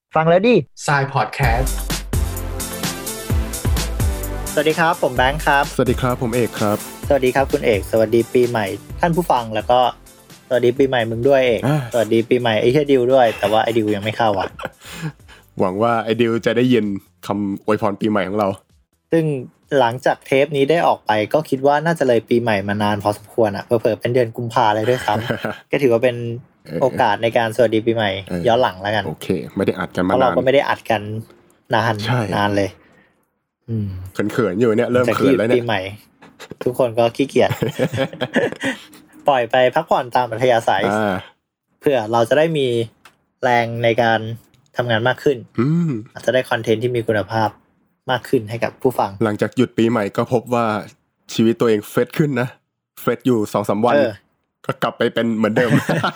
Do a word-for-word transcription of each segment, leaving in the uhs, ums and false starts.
ฟังแล้วดิทรายพอดแคสต์สวัสดีครับผมแบงค์ครับสวัสดีครับผมเอกครับสวัสดีครับคุณเอกสวัสดีปีใหม่ท่านผู้ฟังแล้วก็สวัสดีปีใหม่มึงด้วยเอกสวัสดีปีใหม่ไอ้เหี้ยดิวด้วยแต่ว่าไอ้ดิวยังไม่เข้าว่ะหวังว่าไอ้ดิวจะได้ยินคำอวยพรปีใหม่ของเราซึ่งหลังจากเทปนี้ได้ออกไปก็คิดว่าน่าจะเลยปีใหม่มานานพอสมควรอ่ะเผลอๆเป็นเดือนกุมภาเลยด้วยซ้ำ ก็ถือว่าเป็นโอกาสในการสวัสดีปีใหม่ย้อนหลังแล้วกันโอเคไม่ได้อัดกันมานานเพราะเราก็ไม่ได้อัดกันนานนานเลยอืมเขินๆอยู่เนี่ยเริ่มเขินแล้วเนี่ยปีใหม่ทุกคนก็ขี้เกียจ ปล่อยไปพักผ่อนตามอัธยาศัยเพื่อเราจะได้มีแรงในการทำงานมากขึ้นอาจจะได้คอนเทนต์ที่มีคุณภาพมากขึ้นให้กับผู้ฟังหลังจากหยุดปีใหม่ก็พบว่าชีวิตตัวเองเฟรชขึ้นนะเฟรชอยู่ สองสาม วันก็กลับไปเป็นเหมือนเดิม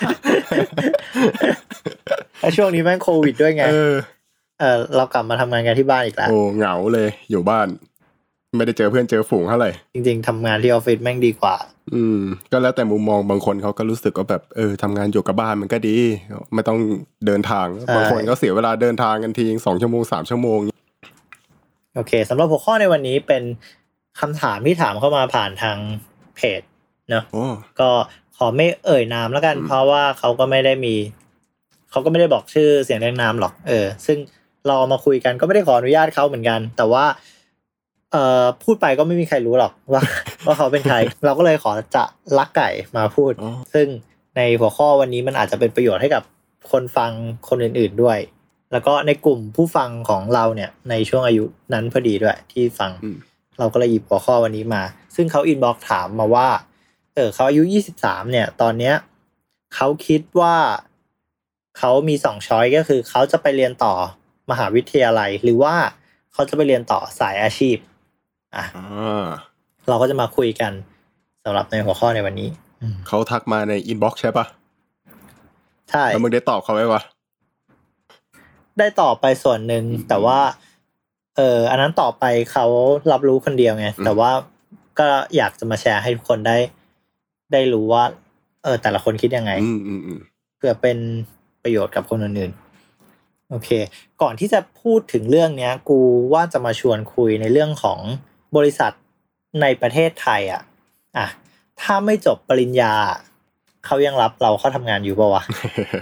แล้วช่วงนี้แม่งโควิดด้วยไงเออเออเรากลับมาทำงานกันที่บ้านอีกแล้วโอ้เหงาเลยอยู่บ้านไม่ได้เจอเพื่อนเจอฝูงเท่าไหร่จริงๆทำงานที่ออฟฟิศแม่งดีกว่าอืมก็แล้วแต่มุมมองบางคนเขาก็รู้สึกว่าแบบเออทำงานอยู่กับบ้านมันก็ดีไม่ต้องเดินทางบางคนก็เสียเวลาเดินทางกันทีสองชั่วโมงสามชั่วโมงโอเคสำหรับหัวข้อในวันนี้เป็นคำถามที่ถามเข้ามาผ่านทางเพจเนอะก็ขอไม่เอ่ยนามแล้วกันเพราะว่าเขาก็ไม่ได้มีเขาก็ไม่ได้บอกชื่อเสียงเรียงนามหรอกเออซึ่งเราเอามาคุยกันก็ไม่ได้ขออนุญาตเขาเหมือนกันแต่ว่าเอ่อพูดไปก็ไม่มีใครรู้หรอกว่าว่าเขาเป็นใครเราก็เลยขอจะลักไก่มาพูดซึ่งในหัวข้อวันนี้มันอาจจะเป็นประโยชน์ให้กับคนฟังคนอื่นๆด้วยแล้วก็ในกลุ่มผู้ฟังของเราเนี่ยในช่วงอายุนั้นพอดีด้วยที่ฟังเราก็เลยหยิบหัวข้อวันนี้มาซึ่งเขาอินบ็อกซ์ถามมาว่าเออเขาอายุยี่สิบสามเนี่ยตอนเนี้ยเขาคิดว่าเขามีสองช้อยก็คือเขาจะไปเรียนต่อมหาวิทยาลัยหรือว่าเขาจะไปเรียนต่อสายอาชีพอ่ะเราก็จะมาคุยกันสำหรับในหัวข้อในวันนี้เขาทักมาในอินบ็อกซ์ใช่ปะใช่แล้วมึงได้ตอบเขาไหมวะได้ตอบไปส่วนหนึ่งแต่ว่าเอออันนั้นต่อไปเขารับรู้คนเดียวไงแต่ว่าก็อยากจะมาแชร์ให้ทุกคนได้ได้รู้ว่าเออแต่ละคนคิดยังไงเพื่อเป็นประโยชน์กับคนอื่นๆโอเคก่อนที่จะพูดถึงเรื่องเนี้ยกูว่าจะมาชวนคุยในเรื่องของบริษัทในประเทศไทยอ่ะอ่ะถ้าไม่จบปริญญาเขายังรับเราเข้าทำงานอยู่ป่าววะ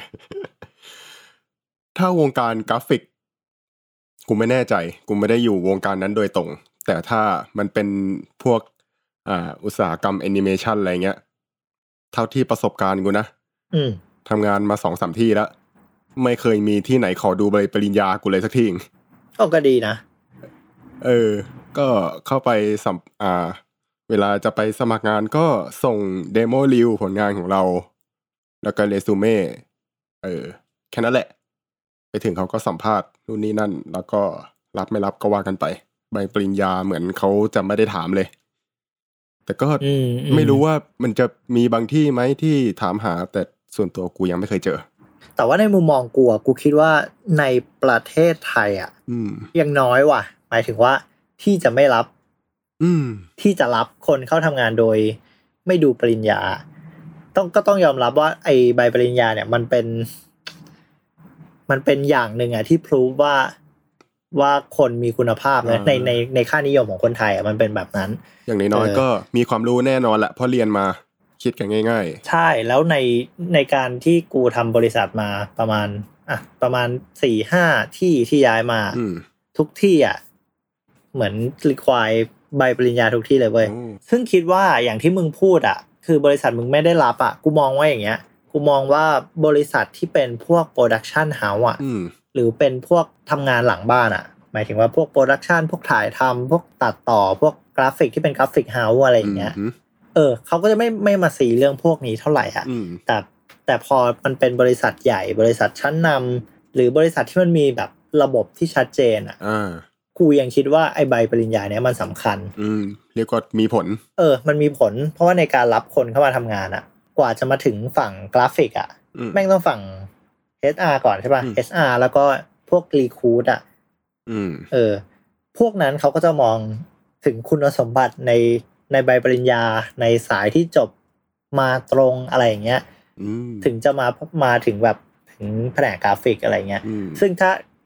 ถ้าวงการกราฟิกกูไม่แน่ใจกูไม่ได้อยู่วงการนั้นโดยตรงแต่ถ้ามันเป็นพวกอ่าอุตสาหกรรมแอนิเมชันอะไรเงี้ยเท่าที่ประสบการณ์กูนะทำงานมา สองสาม ที่แล้วไม่เคยมีที่ไหนขอดูใบปริญญากูเลยสักทีก็ดีนะเออก็เข้าไปสัมอ่าเวลาจะไปสมัครงานก็ส่งเดโมรีวผลงานของเราแล้วก็เรซูเม่เออแค่นั้นแหละไปถึงเขาก็สัมภาษณ์นู่นนี่นั่นแล้วก็รับไม่รับก็ว่ากันไปใบปริญญาเหมือนเขาจะไม่ได้ถามเลยแต่ก็ไม่รู้ว่ามันจะมีบางที่ไหมที่ถามหาแต่ส่วนตัวกูยังไม่เคยเจอแต่ว่าในมุมมองกูอ่ะกูคิดว่าในประเทศไทยอ่ะยังน้อยว่ะหมายถึงว่าที่จะไม่รับที่จะรับคนเข้าทำงานโดยไม่ดูปริญญาต้องก็ต้องยอมรับว่าไอ้ใบปริญญาเนี่ยมันเป็นมันเป็นอย่างหนึ่งอ่ะที่พรูฟว่าว่าคนมีคุณภาพนะในในในค่านิยมของคนไทยอ่ะมันเป็นแบบนั้นอย่างน้อยๆก็มีความรู้แน่นอนแหละเพราะเรียนมาคิดกันง่ายๆใช่แล้วในในการที่กูทำบริษัทมาประมาณอ่ะประมาณ สี่ห้า ที่ที่ย้ายมาทุกที่อ่ะเหมือน require ใบปริญญาทุกที่เลยเว้ยซึ่งคิดว่าอย่างที่มึงพูดอ่ะคือบริษัทมึงไม่ได้รับอ่ะกูมองว่าอย่างเงี้ยกูมองว่าบริษัทที่เป็นพวกโปรดักชันเฮาส์อ่ะหรือเป็นพวกทำงานหลังบ้านอ่ะหมายถึงว่าพวกโปรดักชันพวกถ่ายทำพวกตัดต่อพวกกราฟิกที่เป็นกราฟิกเฮาส์อะไรอย่างเงี้ยเออเขาก็จะไม่ไม่มาซีเรื่องพวกนี้เท่าไหร่อ่ะแต่แต่พอมันเป็นบริษัทใหญ่บริษัทชั้นนำหรือบริษัทที่มันมีแบบระบบที่ชัดเจนอ่ะกูยังคิดว่าไอ้ใบปริญญาเนี้ยมันสำคัญอืมเรียกว่ามีผลเออมันมีผลเพราะว่าในการรับคนเข้ามาทำงานอ่ะกว่าจะมาถึงฝั่งกราฟิกอ่ะแม่งต้องฝั่ง เอช อาร์ ก่อนใช่ป่ะ เอช อาร์ แล้วก็พวกรีครูทอ่ะเออพวกนั้นเขาก็จะมองถึงคุณสมบัติในในใบปริญญาในสายที่จบมาตรงอะไรอย่างเงี้ยถึงจะมามาถึงแบบถึงแผนกกราฟิกอะไรเงี้ยซึ่งถ้า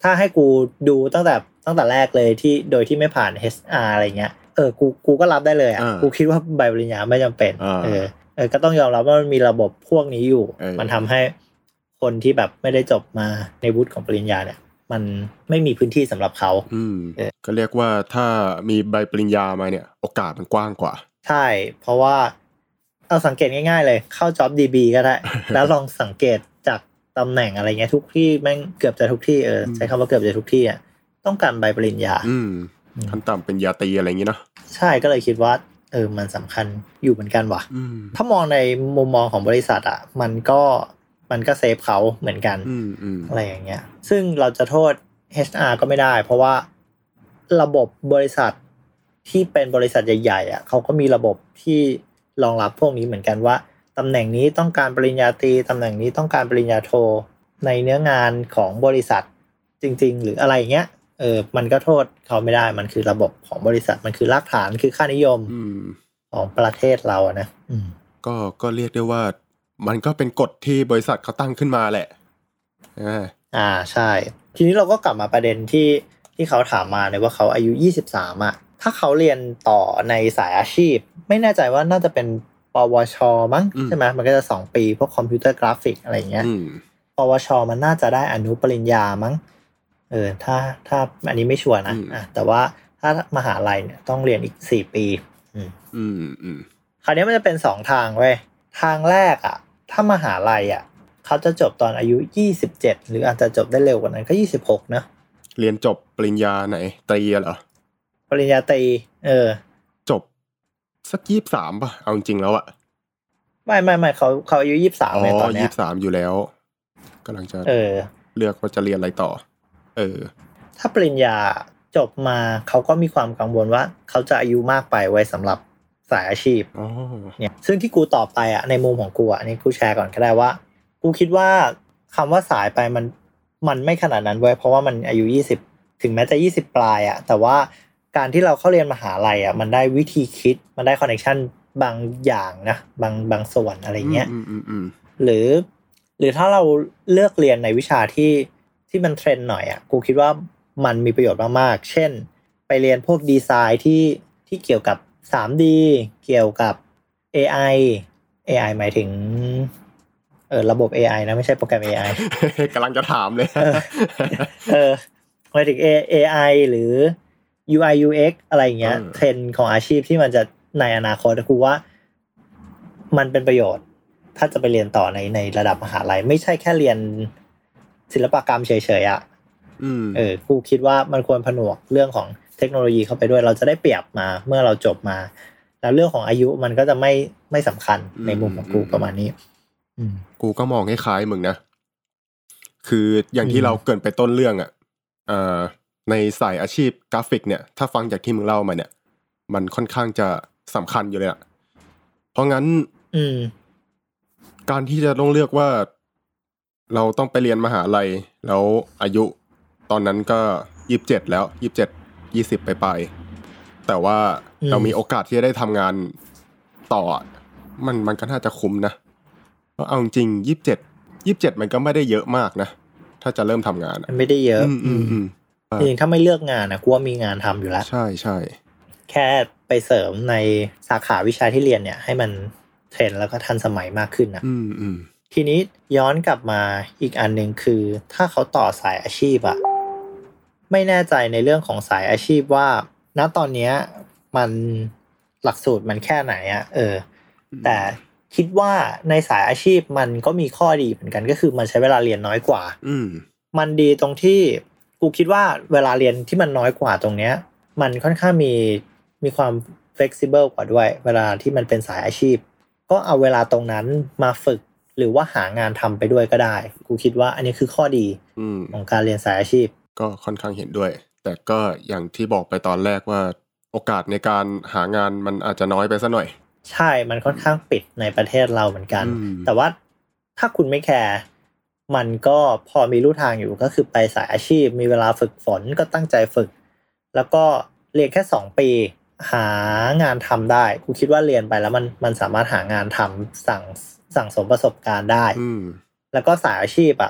ถ้าให้กูดูตั้งแต่ตั้งแต่แรกเลยที่โดยที่ไม่ผ่าน เอช อาร์ อะไรเงี้ยเออกูกูก็รับได้เลยอ่ะกูคิดว่าใบปริญญาไม่จำเป็นเออเออก็ต้องยอมรับว่ามันมีระบบพวกนี้อยู่มันทำให้คนที่แบบไม่ได้จบมาในวุฒิของปริญญาเนี่ยมันไม่มีพื้นที่สำหรับเขาอืมก็เรียกว่าถ้ามีใบปริญญามาเนี่ยโอกาสมันกว้างกว่าใช่เพราะว่าเอาสังเกตง่ายๆเลยเข้า Job ดี บี ก็ได้ แล้วลองสังเกตจากตำแหน่งอะไรเงี้ยทุกที่แม่งเกือบจะทุกที่เออใช้คำว่าเกือบจะทุกที่อ่ะต้องการใบปริญญาอืมขั้นต่ำเป็นยาตรีอะไรอย่างงี้เนาะใช่ก็เลยคิดว่าเออมันสำคัญอยู่เหมือนกันว่ะถ้ามองในมุมมองของบริษัทอ่ะมันก็มันก็เซฟเขาเหมือนกันอะไรอย่างเงี้ยซึ่งเราจะโทษ เอช อาร์ ก็ไม่ได้เพราะว่าระบบบริษัทที่เป็นบริษัทใหญ่ๆอ่ะเขาก็มีระบบที่รองรับพวกนี้เหมือนกันว่าตำแหน่งนี้ต้องการปริญญาตรีตำแหน่งนี้ต้องการปริญญาโทในเนื้องานของบริษัทจริงๆหรืออะไรเงี้ยเออมันก็โทษเขาไม่ได้มันคือระบบของบริษัทมันคือรากฐานคือค่านิยมของประเทศเราอะนะก็ก็เรียกได้ว่ามันก็เป็นกฎที่บริษัทเขาตั้งขึ้นมาแหละอ่าอ่าใช่ทีนี้เราก็กลับมาประเด็นที่ที่เขาถามมาเนี่ยว่าเขาอายุยี่สิบสามอ่ะถ้าเขาเรียนต่อในสายอาชีพไม่แน่ใจว่าน่าจะเป็นปวชมั้งใช่ไหมมันก็จะสองปีพวกคอมพิวเตอร์กราฟิกอะไรเงี้ยปวชมันน่าจะได้อนุปริญญามั้งเออถ้าถ้าอันนี้ไม่ชัวร์นะอ่ะแต่ว่าถ้ามหาลัยเนี่ยต้องเรียนอีกสี่ปีอืมอืมอืมคราวนี้มันจะเป็นสองทางเว้ยทางแรกอ่ะถ้ามหาลัยอ่ะเขาจะจบตอนอายุยี่สิบเจ็ดหรืออาจจะจบได้เร็วกว่านั้นก็ยี่สิบหกนะเรียนจบปริญญาไหนตรีเหรอปริญญาตรีเออจบสักยี่สิบสามป่ะเอาจริงแล้วอะไม่ไม่ไม่เขาเขาอายุยี่สิบสามในตอนเนี้ยยี่สิบสามอยู่แล้วกำลังจะเออเลือกว่าจะเรียนอะไรต่อเออถ้าปริญญาจบมาเขาก็มีความกังวลว่าเขาจะอายุมากไปไว้สำหรับสายอาชีพเนี่ยซึ่งที่กูตอบไปอ่ะในมุมของกูอ่ะนี่กูแชร์ก่อนก็ได้ว่ากูคิดว่าคำว่าสายไปมันมันไม่ขนาดนั้นเว้ยเพราะว่ามันอายุยี่สิบถึงแม้จะยี่สิบปลายอ่ะแต่ว่าการที่เราเข้าเรียนมหาลัยอ่ะมันได้วิธีคิดมันได้คอนเนคชั่นบางอย่างนะบางบางส่วนอะไรเงี้ยหรือหรือถ้าเราเลือกเรียนในวิชาที่ที่มันเทรนด์หน่อยอ่ะกูคิดว่ามันมีประโยชน์มากๆเช่นไปเรียนพวกดีไซน์ที่ที่เกี่ยวกับ ทรี ดี เกี่ยวกับ เอ ไอ เอ ไอ หมายถึงเออระบบ เอ ไอ นะไม่ใช่โปรแกรม เอ ไอกำลังจะถามเลยเออหมายถึง เอ ไอ หรือ ยู ไอ ยู เอ็กซ์ อะไรอย่างเงี้ยเทรนด์ของอาชีพที่มันจะในอนาคตกูว่ามันเป็นประโยชน์ถ้าจะไปเรียนต่อในในระดับมหาลัยไม่ใช่แค่เรียนศิลปกรรมเฉยๆอ่ะเออกูคิดว่ามันควรผนวกเรื่องของเทคโนโลยีเข้าไปด้วยเราจะได้เปรียบมาเมื่อเราจบมาแล้วเรื่องของอายุมันก็จะไม่ไม่สำคัญในมุมของกูประมาณนี้กูก็มองคล้ายๆมึงนะคืออย่างที่เราเกริ่นไปต้นเรื่องอ่ะอ่าในสายอาชีพกราฟิกเนี่ยถ้าฟังจากที่มึงเล่ามาเนี่ยมันค่อนข้างจะสำคัญอยู่เลยอ่ะเพราะงั้นการที่จะต้องเลือกว่าเราต้องไปเรียนมหาลัยแล้วอายุตอนนั้นก็ยี่สิบเจ็ดแล้วยี่สิบเจ็ด ยี่สิบไปไปแต่ว่าเรามีโอกาสที่จะได้ทำงานต่อมันมันก็น่าจะคุ้มนะเพราะเอาจริงยี่สิบเจ็ด ยี่สิบเจ็ดมันก็ไม่ได้เยอะมากนะถ้าจะเริ่มทำงานมันไม่ได้เยอะจริงๆถ้าไม่เลือกงานนะกูว่ามีงานทำอยู่แล้วใช่ใช่แค่ไปเสริมในสาขาวิชาที่เรียนเนี่ยให้มันเทรนด์แล้วก็ทันสมัยมากขึ้นนะทีนี้ย้อนกลับมาอีกอันนึงคือถ้าเขาต่อสายอาชีพอะไม่แน่ใจในเรื่องของสายอาชีพว่าณตอนนี้มันหลักสูตรมันแค่ไหนอะเออแต่คิดว่าในสายอาชีพมันก็มีข้อดีเหมือนกันก็คือมันใช้เวลาเรียนน้อยกว่ามันดีตรงที่กูคิดว่าเวลาเรียนที่มันน้อยกว่าตรงเนี้ยมันค่อนข้างมีมีความ flexible กว่าด้วยเวลาที่มันเป็นสายอาชีพก็เอาเวลาตรงนั้นมาฝึกหรือว่าหางานทำไปด้วยก็ได้กูคิดว่าอันนี้คือข้อดีของการเรียนสายอาชีพก็ค่อนข้างเห็นด้วยแต่ก็อย่างที่บอกไปตอนแรกว่าโอกาสในการหางานมันอาจจะน้อยไปซะหน่อยใช่มันค่อนข้างปิดในประเทศเราเหมือนกันแต่ว่าถ้าคุณไม่แคร์มันก็พอมีลู่ทางอยู่ก็คือไปสายอาชีพมีเวลาฝึกฝนก็ตั้งใจฝึกแล้วก็เรียนแค่สองปีหางานทำได้กูคิดว่าเรียนไปแล้วมันมันสามารถหางานทำสั่งสั่งสมประสบการณ์ได้แล้วก็สายอาชีพอ่ะ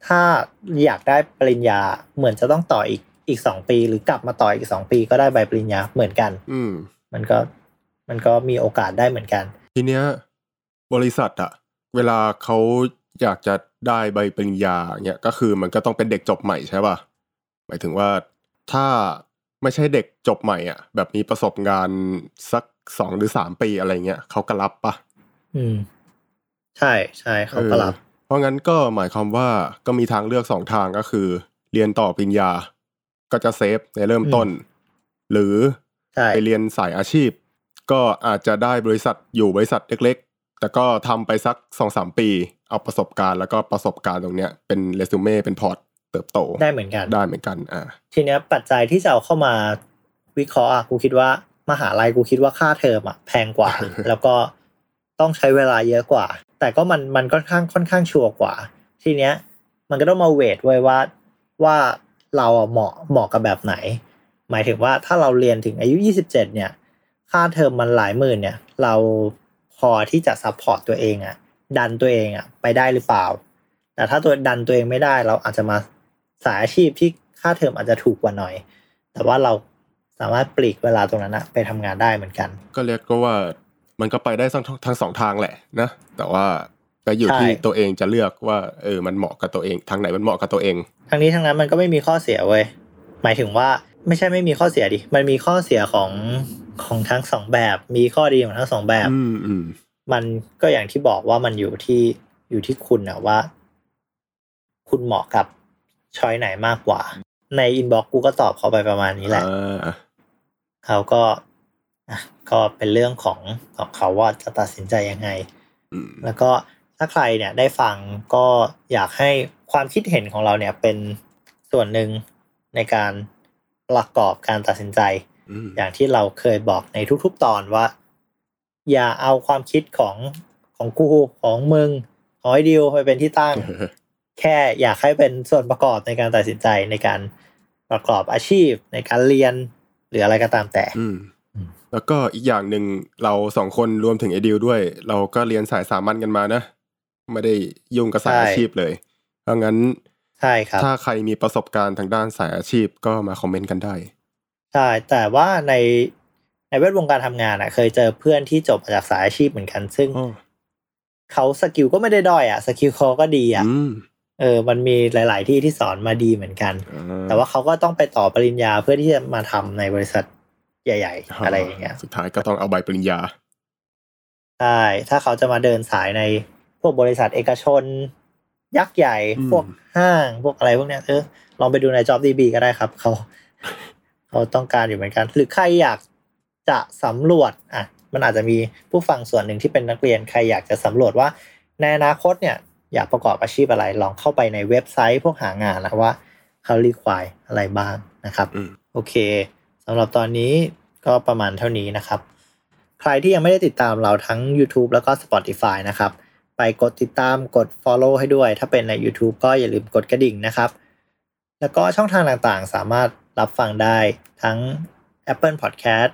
ถ้าอยากได้ปริญญาเหมือนจะต้องต่ออีกอีกสองปีหรือกลับมาต่ออีกสองปีก็ได้ใบปริญญาเหมือนกันอืมมันก็มันก็มีโอกาสได้เหมือนกันทีเนี้ยบริษัทอะเวลาเขาอยากจะได้ใบปริญญาเนี่ยก็คือมันก็ต้องเป็นเด็กจบใหม่ใช่ป่ะหมายถึงว่าถ้าไม่ใช่เด็กจบใหม่อ่ะแบบมีประสบงานสักสองหรือสามปีอะไรเงี้ยเขาก็รับป่ะอืมใช่ใช่เขาก็รับเพราะงั้นก็หมายความว่าก็มีทางเลือกสองทางก็คือเรียนต่อปริญญาก็จะเซฟในเริ่มต้นหรือไปเรียนสายอาชีพก็อาจจะได้บริษัทอยู่บริษัทเล็กๆแต่ก็ทำไปสัก สองถึงสาม ปีเอาประสบการณ์แล้วก็ประสบการณ์ตรงเนี้ยเป็นเรซูเม่เป็นพอร์ตเติบโตได้เหมือนกันได้เหมือนกันอ่าทีเนี้ยปัจจัยที่จะเอาเข้ามาวิเคราะห์อ่ะกูคิดว่ามหาลัยกูคิดว่าค่าเทอมอ่ะแพงกว่า แล้วก็ต้องใช้เวลาเยอะกว่าแต่ก็มันมันค่อนข้างค่อนข้างชัวร์กว่าทีเนี้ยมันก็ต้องมาเวทไว้ว่าว่าเราอ่ะเหมาะเหมาะกับแบบไหนหมายถึงว่าถ้าเราเรียนถึงอายุยี่สิบเจ็ดเนี่ยค่าเทอมมันหลายหมื่นเนี่ยเราพอที่จะซัพพอร์ตตัวเองอ่ะดันตัวเองอ่ะไปได้หรือเปล่าแต่ถ้าตัวดันตัวเองไม่ได้เราอาจจะมาสายอาชีพที่ค่าเทอมอาจจะถูกกว่าหน่อยแต่ว่าเราสามารถปลีกเวลาตรงนั้นนะไปทำงานได้เหมือนกันก็เรียกก็ว่ามันก็ไปได้ทั้งทั้งสองทางแหละนะแต่ว่าก็อยู่ที่ตัวเองจะเลือกว่าเออมันเหมาะกับตัวเองทางไหนมันเหมาะกับตัวเองทั้งนี้ทั้งนั้นมันก็ไม่มีข้อเสียเว้ยหมายถึงว่าไม่ใช่ไม่มีข้อเสียดิมันมีข้อเสียของของทั้งสองแบบมีข้อดีของทั้งสองแบบอืมอืมมันก็อย่างที่บอกว่ามันอยู่ที่อยู่ที่คุณนะว่าคุณเหมาะกับช้อยไหนมากกว่าในอินบ็อกซ์กูก็ตอบเขาไปประมาณนี้แหละเขาก็ก็เป็นเรื่องของของเขาว่าจะตัดสินใจยังไงแล้วก็ถ้าใครเนี่ยได้ฟังก็อยากให้ความคิดเห็นของเราเนี่ยเป็นส่วนหนึ่งในการประกอบการตัดสินใจอย่างที่เราเคยบอกในทุกๆตอนว่าอย่าเอาความคิดของของกูของมึงของไอ้ดิวไปเป็นที่ตั้ง แค่อยากให้เป็นส่วนประกอบในการตัดสินใจในการประกอบอาชีพในการเรียนหรืออะไรก็ตามแต่แล้วก็อีกอย่างหนึ่งเราสองคนรวมถึงไอ้ดิวด้วยเราก็เรียนสายสามัญกันมานะไม่ได้ยุ่งกับสายอาชีพเลยเพราะงั้นใช่ครับถ้าใครมีประสบการณ์ทางด้านสายอาชีพก็มาคอมเมนต์กันได้ใช่แต่ว่าในในแวดวงการทำงานอ่ะเคยเจอเพื่อนที่จบมาจากสายอาชีพเหมือนกันซึ่งเขาสกิลก็ไม่ได้ด้อยอ่ะสกิลเขาก็ดีอ่ะเออมันมีหลายๆที่ที่สอนมาดีเหมือนกันแต่ว่าเขาก็ต้องไปต่อปริญญาเพื่อที่จะมาทำในบริษัทใหญ่ๆอะไรอย่างเงี้ยสุดท้ายก็ต้องเอาใบปริญญาใช่ถ้าเขาจะมาเดินสายในพวกบริษัทเอกชนยักษ์ใหญ่พวกห้างพวกอะไรพวกเนี้ยเออลองไปดูใน JobDB ก็ได้ครับเขาเขาต้องการอยู่เหมือนกันหรือใครอยากจะสำรวจอ่ะมันอาจจะมีผู้ฟังส่วนหนึ่งที่เป็นนักเรียนใครอยากจะสำรวจว่าในอนาคตเนี่ยอยากประกอบอาชีพอะไรลองเข้าไปในเว็บไซต์พวกหางานนะว่าเขารีควายอะไรบ้างนะครับโอเคสำหรับตอนนี้ก็ประมาณเท่านี้นะครับใครที่ยังไม่ได้ติดตามเราทั้ง YouTube แล้วก็ Spotify นะครับไปกดติดตามกด follow ให้ด้วยถ้าเป็นใน YouTube ก็อย่าลืมกดกระดิ่งนะครับแล้วก็ช่องทางต่างๆสามารถรับฟังได้ทั้ง Apple Podcast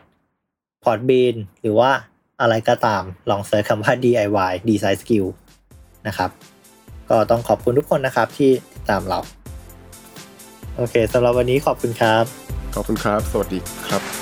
Podbean หรือว่าอะไรก็ตามลองเสิร์ชคำว่า ดี ไอ วาย Design Skill นะครับก็ต้องขอบคุณทุกคนนะครับที่ติดตามเราโอเคสำหรับวันนี้ขอบคุณครับขอบคุณครับสวัสดีครับ